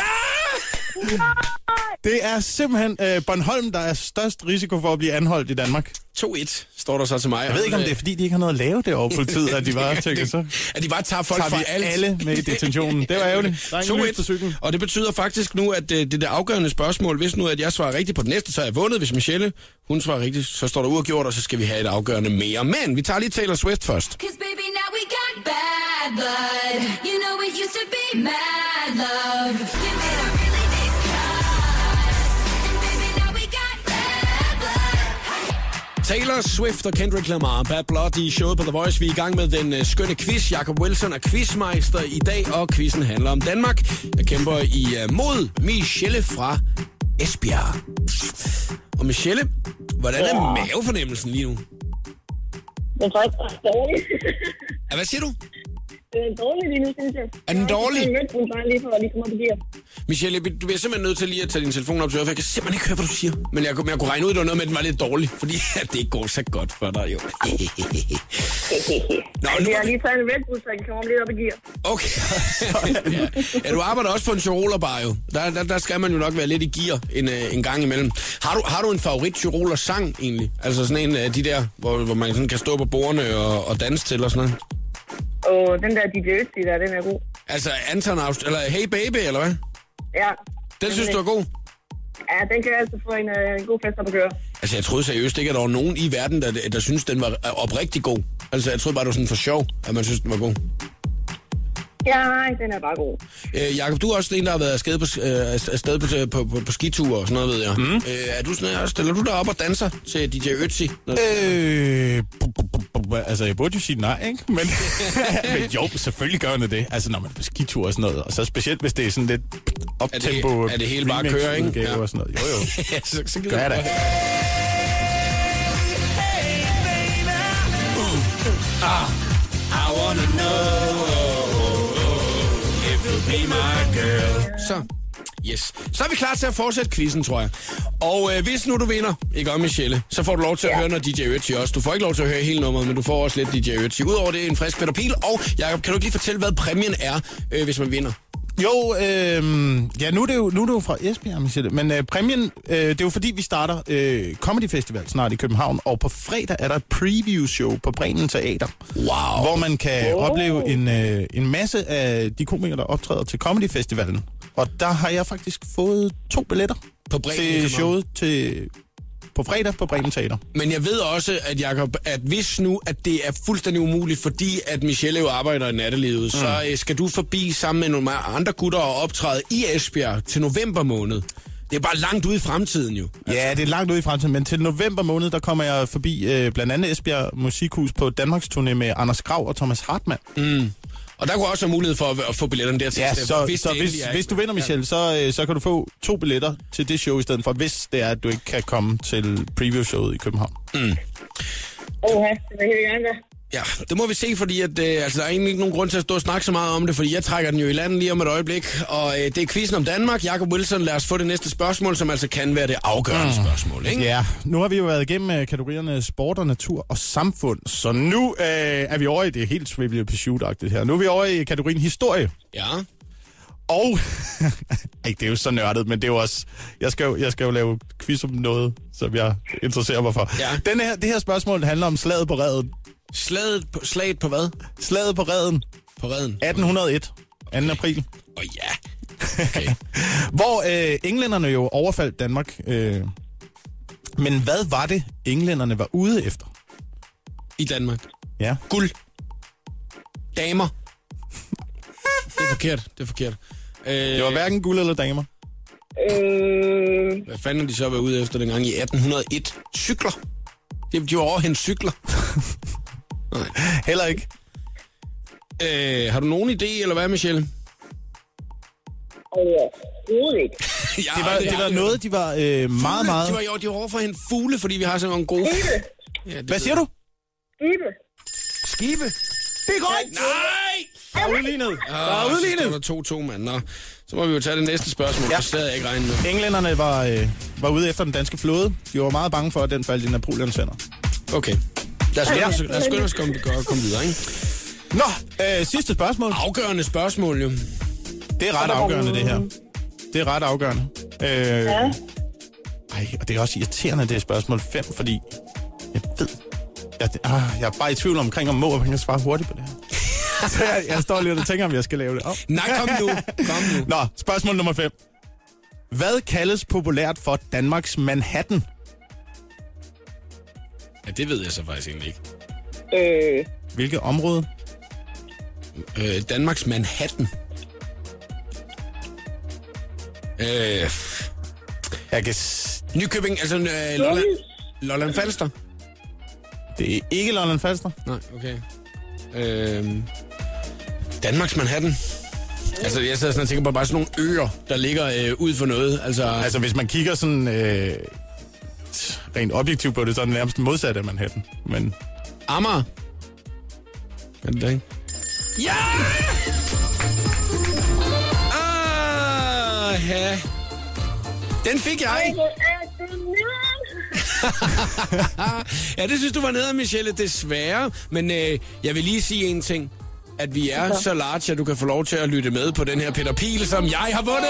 Det er simpelthen Bornholm, der er størst risiko for at blive anholdt i Danmark. 2-1 står der så til mig. Jeg ved ikke, om det er, fordi de ikke har noget at lave derovre politiet, at de bare tænker så... At de bare tager folk fra alt. Alle med i detentionen. Det var ærgerligt. Der er ingen lys på cyklen. Og det betyder faktisk nu, at det afgørende spørgsmål, hvis nu at jeg svarer rigtigt på det næste, så er jeg vundet. Hvis Michelle, hun svarer rigtigt, så står der uafgjort, og så skal vi have et afgørende mere. Men vi tager lige Taylor Swift først. Cause baby, now we got bad blood. You know it used to be mad love. You made a really big cut. And baby, now we got bad blood. Taylor Swift og Kendrick Lamar, Bad Blood i showet på The Voice. Vi er i gang med den skønne quiz. Jacob Wilson er quizmeister i dag, og quizzen handler om Danmark. Jeg kæmper mod Michelle fra Esbjerg. Og Michelle, hvordan er mavefornemmelsen lige nu? Den tror ikke, det er dårlig. Hvad siger du? Den er dårlig lige nu, synes jeg. Er den dårlig? Jeg har mødt bare lige for at lige komme op i gear. Michelle, du bliver simpelthen nødt til lige at tage din telefon op til øre, for jeg kan simpelthen ikke høre, hvad du siger. Men jeg kunne regne ud, at det var noget med, at den var lidt dårlig, fordi det ikke går så godt for dig, jo. Nå, jeg har lige taget en Red Bull, så jeg kan komme lidt op i gear. Okay. Ja, du arbejder også på en tyrolerbar, jo. Der skal man jo nok være lidt i gear en gang imellem. Har du en favorit tyroler-sang, egentlig? Altså sådan en af de der, hvor man sådan kan stå på bordene og danse til og sådan noget? Og den der DJ Ötzi der, den er god. Altså Anton eller Hey Baby, eller hvad? Ja. Den synes du er god? Ja, den kan altså få en god fest op at køre. Altså, jeg troede seriøst ikke, at der var nogen i verden, der synes, den var oprigtig god. Altså, jeg troede bare, det var sådan for sjov, at man synes, den var god. Ja, nej, den er bare god. Jakob, du er også en, der har været afsted på skiture og sådan noget, ved jeg. Mm. Er du sådan, stiller du dig op og danser til DJ Ötzi? Altså, jeg burde jo sige nej, ikke? Men jo, selvfølgelig gør det det. Altså, når man er på skitur og sådan noget. Og så specielt, hvis det er sådan lidt optempo. Er det hele bare at køre, ikke? Ja. Og sådan noget. Jo. så gør jeg da. I wanna know if you'll be my girl. Så, yes. Så er vi klar til at fortsætte quizzen, tror jeg. Og hvis nu du vinder, ikke om Michelle, så får du lov til at høre noget DJ Ötzi også. Du får ikke lov til at høre hele nummeret, men du får også lidt DJ Ötzi. Udover det en frisk Peter Pil. Og Jacob, kan du ikke lige fortælle, hvad præmien er, hvis man vinder? Jo, ja, nu er det jo fra Esbjerg, Michelle. Men præmien, det er jo fordi, vi starter Comedy Festival snart i København. Og på fredag er der et preview-show på Bremen Teater. Wow. Hvor man kan opleve en masse af de komikere, der optræder til Comedy Festivalen. Og der har jeg faktisk fået 2 billetter på Bremen, til showet på fredag på Bremen Teater. Men jeg ved også, at Jacob, at hvis nu, at det er fuldstændig umuligt, fordi at Michelle jo arbejder i nattelivet, så skal du forbi sammen med nogle andre gutter og optræde i Esbjerg til november måned. Det er bare langt ude i fremtiden jo. Ja, det er langt ude i fremtiden, men til november måned, der kommer jeg forbi blandt andet Esbjerg Musikhus på Danmarks turné med Anders Grav og Thomas Hartmann. Og der kunne også være mulighed for at få billetterne der til. Ja, så hvis du vinder, Michelle, så kan du få 2 billetter til det show i stedet for, hvis det er, at du ikke kan komme til preview-showet i København. Det vil jeg gerne være. Ja, det må vi se, fordi at, der er egentlig ikke nogen grund til at stå og snakke så meget om det, fordi jeg trækker den jo i landet lige om et øjeblik. Og det er quizzen om Danmark. Jacob Wilson, lad os få det næste spørgsmål, som altså kan være det afgørende spørgsmål, ikke? Ja, nu har vi jo været igennem kategorierne sport og natur og samfund, så nu er vi over i det helt Trivial Pursuit-agtigt her. Nu er vi over i kategorien historie. Ja. Og, det er jo så nørdet, men det er jo også, jeg skal jo lave quiz om noget, som jeg interesserer mig for. Ja. Det her spørgsmål handler om slaget på Reden. Slaget på hvad? Slaget på Reden. På Reden? 1801. 2. april. Ja. Okay. Hvor englænderne jo overfaldt Danmark. Men hvad var det, englænderne var ude efter? I Danmark? Ja. Guld. Damer. Det er forkert. Det var hverken guld eller damer. Hvad fanden de så var ude efter dengang i 1801? Cykler. De var overhendt cykler. Nej. Heller ikke. Har du nogen idé, eller hvad, Michelle? Overhovedet ikke. Det var noget, de var meget... De var over for en fugle, fordi vi har sådan nogle gode... Hvad siger du? Skibe? Det er korrekt! Nej! Der er udlignet. Der er udlignet. Der er 2-2, mand. Nå, så må vi jo tage det næste spørgsmål. Ja. Det stadig ikke regne med. Englænderne var ude efter den danske flåde. De var meget bange for, at den faldt i Napoleons hænder. Okay. Lad os skynde os komme videre, ikke? Nå, sidste spørgsmål. Afgørende spørgsmål, jo. Det er ret afgørende, det her. Det er ret afgørende. Og det er også irriterende, det er spørgsmål 5, fordi jeg ved... Jeg er bare i tvivl omkring, om Måb kan svare hurtigt på det her. Så jeg står lige og tænker, om jeg skal lave det op. Nej, kom nu. Nå, spørgsmål nummer 5. Hvad kaldes populært for Danmarks Manhattan? Ja, det ved jeg så faktisk egentlig ikke. Hvilket område? Danmarks Manhattan. Jeg kan... Nykøbing, altså Lolland Falster. Det er ikke Lolland Falster. Nej, okay. Danmarks Manhattan. Altså, jeg sidder sådan og tænker på bare sådan nogle øer, der ligger ud for noget. Altså, hvis man kigger sådan rent objektivt på det, så er det nærmest modsat af Manhattan. Men... Amager. Er det ikke? Ja! Ja. Den fik jeg. Ja, det synes du var nede, Michelle, desværre. Men jeg vil lige sige en ting. At vi er så large, at du kan få lov til at lytte med på den her Peter Pil, som jeg har vundet.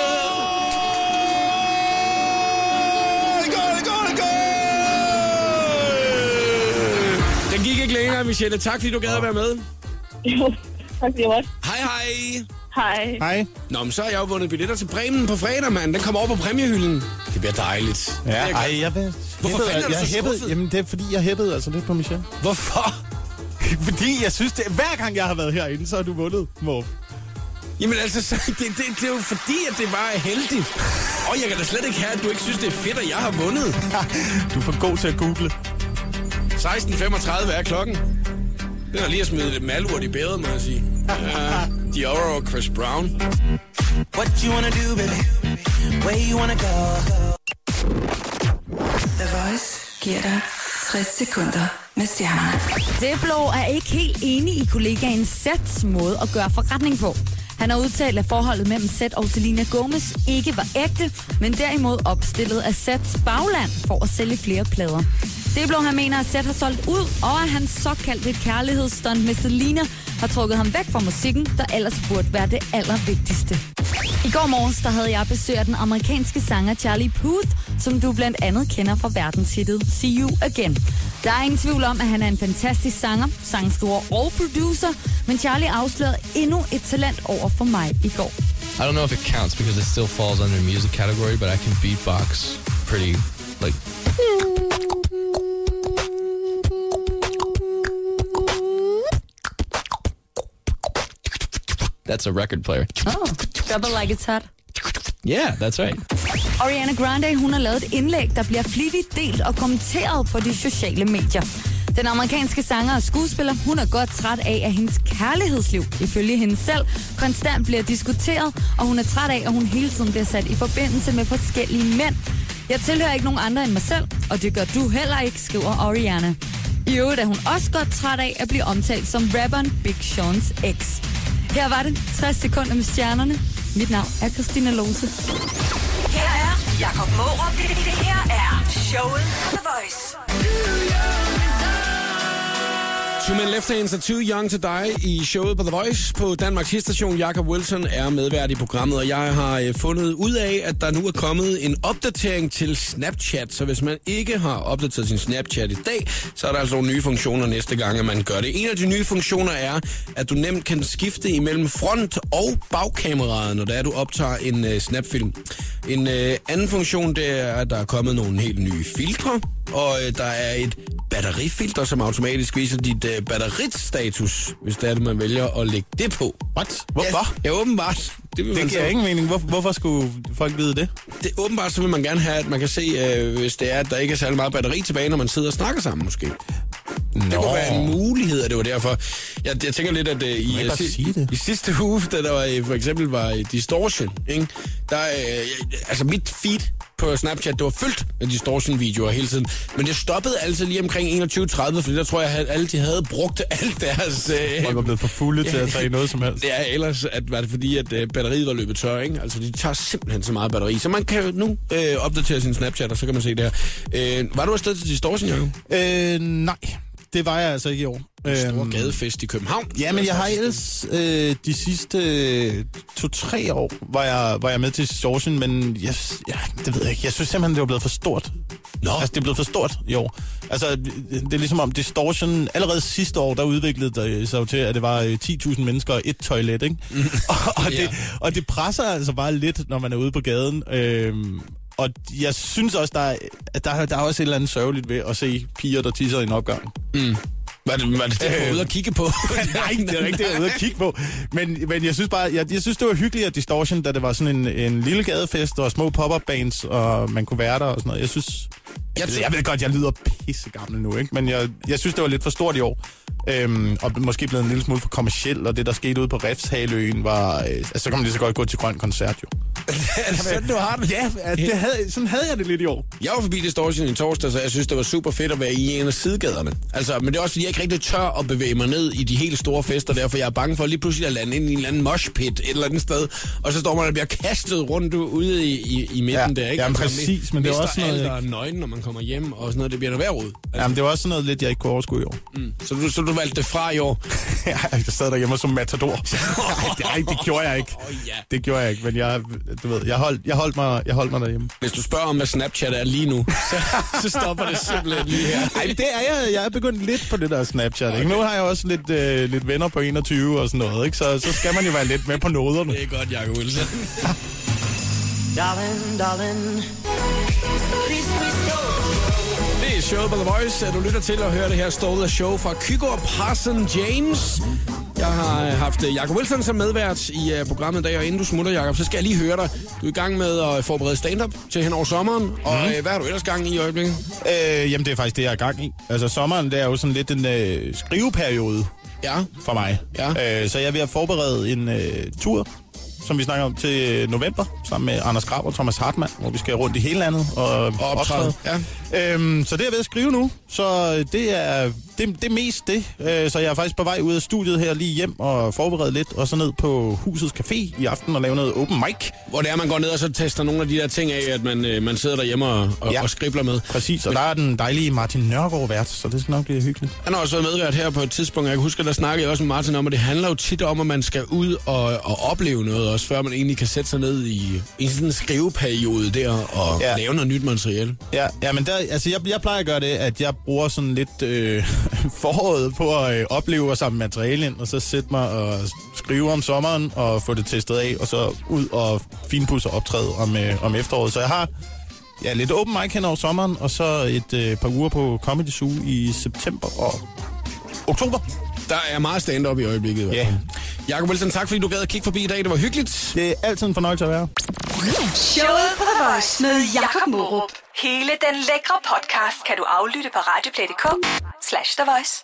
Den gik ikke længere, Michelle. Tak, fordi du gad at være med. Jo, tak fordi jeg var. Hej. Nå, men så har jeg jo vundet billetter til Bremen på fredag, mand. Den kommer over på præmiehylden. Det bliver dejligt. Ja, jeg ved. Hvorfor fanden er du så skuffet? Jamen, det er fordi, jeg hæppede altså lidt på Michelle. Hvorfor? Fordi jeg synes, hver gang jeg har været herinde, så har du vundet, Måb. Jamen altså, det er jo fordi, at det bare er heldigt. Og jeg kan da slet ikke have, at du ikke synes, det er fedt, at jeg har vundet. Du er for god til at google. 16:35 er klokken. Den har lige at smide lidt malurt i bæret, må jeg sige. Dior og Chris Brown. What you wanna do, baby? Where you wanna go? The Voice giver dig 60 sekunder med stjernerne. Diplo er ikke helt enig i kollegaen Seths måde at gøre forretning på. Han har udtalt, at forholdet mellem Seth og Selena Gomez ikke var ægte, men derimod opstillet af Seths bagland for at sælge flere plader. Diplo, han mener, at Seth har solgt ud, og at hans såkaldte kærlighedsstunt med Selena har trukket ham væk fra musikken, der ellers burde være det allervigtigste. I går morges, der havde jeg besøg af den amerikanske sanger Charlie Puth, som du blandt andet kender fra verdenshittet See You Again. Der er ingen tvivl om, at han er en fantastisk sanger, sangskriver og producer, men Charlie afslørede endnu et talent over for mig i går. I don't know if it counts because it still falls under music category, but I can beatbox pretty, like... That's a record player. Oh, double like it's hot. Yeah, that's right. Ariana Grande, hun har lavet et indlæg, der bliver flittigt delt og kommenteret på de sociale medier. Den amerikanske sanger og skuespiller, hun er godt træt af, at hendes kærlighedsliv, ifølge hende selv, konstant bliver diskuteret, og hun er træt af, at hun hele tiden bliver sat i forbindelse med forskellige mænd. Jeg tilhører ikke nogen andre end mig selv, og det gør du heller ikke, skriver Ariana. I øvrigt er hun også godt træt af at blive omtalt som rapperen Big Sean's eks. Her var det 60 sekunder med stjernerne. Mit navn er Christina Lose. Her er Jakob Mårup. Det her er showet på The Voice. 2 Men Left Hands er Too Young to Die i showet på The Voice på Danmarks hitstation. Jakob Wilson er medvært i programmet, og jeg har fundet ud af, at der nu er kommet en opdatering til Snapchat. Så hvis man ikke har opdateret sin Snapchat i dag, så er der altså nogle nye funktioner næste gang, at man gør det. En af de nye funktioner er, at du nemt kan skifte imellem front- og bagkameraet, når du optager en snapfilm. En anden funktion, det er, at der er kommet nogle helt nye filtre, og der er et batterifilter, som automatisk viser dit batteristatus, hvis det er det, man vælger at lægge det på. What? Hvorfor? Ja, åbenbart. Det giver ingen mening. Hvorfor skulle folk vide det? Åbenbart så vil man gerne have, at man kan se, hvis det er, at der ikke er særlig meget batteri tilbage, når man sidder og snakker sammen, måske. Det kunne være en mulighed, og det var derfor. Jeg tænker lidt, at i sidste uge, da der var, for eksempel var Distortion, ikke? Der, altså mit feed på Snapchat, det var fyldt med Distortion-videoer hele tiden. Men det stoppede altså lige omkring 21.30, fordi der tror jeg, at alle de havde brugt alt deres... Folk var blevet for fulde til at tage noget som helst. Ja, ellers var det fordi, at batteriet var løbet tør, ikke? Altså, de tager simpelthen så meget batteri. Så man kan nu opdatere sin Snapchat, og så kan man se det her. Var du afsted til Distortion, Jacob? Nej. Det var jeg altså ikke i år. En stor gadefest i København. Ja, men jeg har ellers de sidste 2-3 år var jeg med til Distortion, men det ved jeg ikke. Jeg synes simpelthen, det var blevet for stort. Altså, det er blevet for stort i år. Altså, det er ligesom om Distortion, allerede sidste år, der udviklede det sig jo til, at det var 10.000 mennesker og et toilet, ikke? Og det presser altså bare lidt, når man er ude på gaden. Og jeg synes også, at der er også et eller andet sørgeligt ved at se piger, der tisser i en opgang. Mm. Var det du var ude at kigge på? Nej, det er ikke det, jeg er ude at kigge på. Men jeg synes bare, jeg synes, det var hyggeligt at Distortion, da det var sådan en lille gadefest og små pop-up bands, og man kunne være der og sådan noget. Jeg synes... Jeg ved godt, jeg lyder pissegammel nu, ikke? Men jeg synes, det var lidt for stort i år. Og måske blevet en lille smule for kommerciel, og det, der skete ude på Refshaløen, var... så kan man lige så godt gå til Grøn Koncert, jo. Er det sådan, du har det? Ja, sådan havde jeg det lidt i år. Jeg var forbi Distortion i torsdag, så jeg synes, det var super fedt at være i en af sidegaderne. Altså, men det er også, fordi jeg ikke rigtig tør at bevæge mig ned i de helt store fester, derfor jeg er bange for lige pludselig at lande ind i en eller anden moshpit et eller andet sted, og så står man og bliver kastet rundt ude i midten der, ikke? Ja, altså, præcis, men det er også noget... alt er nøgen, når man kommer hjem, og sådan noget, det bliver noget værd ud. Altså. Jamen, det var også sådan noget lidt, jeg ikke kunne overskue i år. Så du valgte det fra i år? Ja, jeg sad derhjemme som matador. Nej, det gjorde jeg ikke. Det gjorde jeg ikke, men jeg holdt mig derhjemme. Hvis du spørger om, hvad Snapchat er lige nu, så stopper det simpelthen lige her. Ej, det er jeg. Jeg er begyndt lidt på det der Snapchat. Okay. Ikke? Nu har jeg også lidt venner på 21 og sådan noget, ikke? Så skal man jo være lidt med på noderne. Det er godt, Jakob Wilson. Darling, det er showet på The Voice. Du lytter til at høre det her stående show fra Kygo Parson James. Jeg har haft Jakob Wilson som medvært i programmet i dag, og inden du smutter, Jakob, så skal jeg lige høre dig. Du er i gang med at forberede stand-up til hen over sommeren, og hvad har du ellers gang i øjeblikket? Jamen, det er faktisk det, jeg er gang i. Altså, sommeren, det er jo sådan lidt en skriveperiode for mig. Ja. Så jeg er ved at forberede en tur, som vi snakker om til november sammen med Anders Grav og Thomas Hartmann, hvor vi skal rundt i hele landet og optræde. Ja. Så det er jeg ved at skrive nu, så det er mest det. Så jeg er faktisk på vej ud af studiet her lige hjem og forberede lidt, og så ned på Husets Café i aften og lave noget open mic. Hvor det er, man går ned og så tester nogle af de der ting af, at man sidder derhjemme og skribler med. Præcis, og der er den dejlige Martin Nørgaard vært, så det skal nok blive hyggeligt. Han har også været medvært her på et tidspunkt. Jeg kan huske, at der snakkede jeg også med Martin om, at det handler jo tit om, at man skal ud og opleve noget, også før man egentlig kan sætte sig ned i sådan en skriveperiode der og lave noget nyt materiale. Ja, men der, altså jeg plejer at gøre det, at jeg bruger sådan lidt foråret på at opleve og samle materiale ind, og så sætte mig og skrive om sommeren og få det testet af, og så ud og finpudse og optræde om efteråret. Så jeg har lidt open mic hen over sommeren, og så et par uger på Comedy Zoo i september og oktober. Der er meget stand-up i øjeblikket. Ja. Jakob Wilson, tak fordi du gad at kigge forbi i dag. Det var hyggeligt. Det er altid en fornøjelse at være. Showet på The Voice med Jakob Morup. Hele den lækre podcast kan du aflytte på radioplay.dk/The Voice.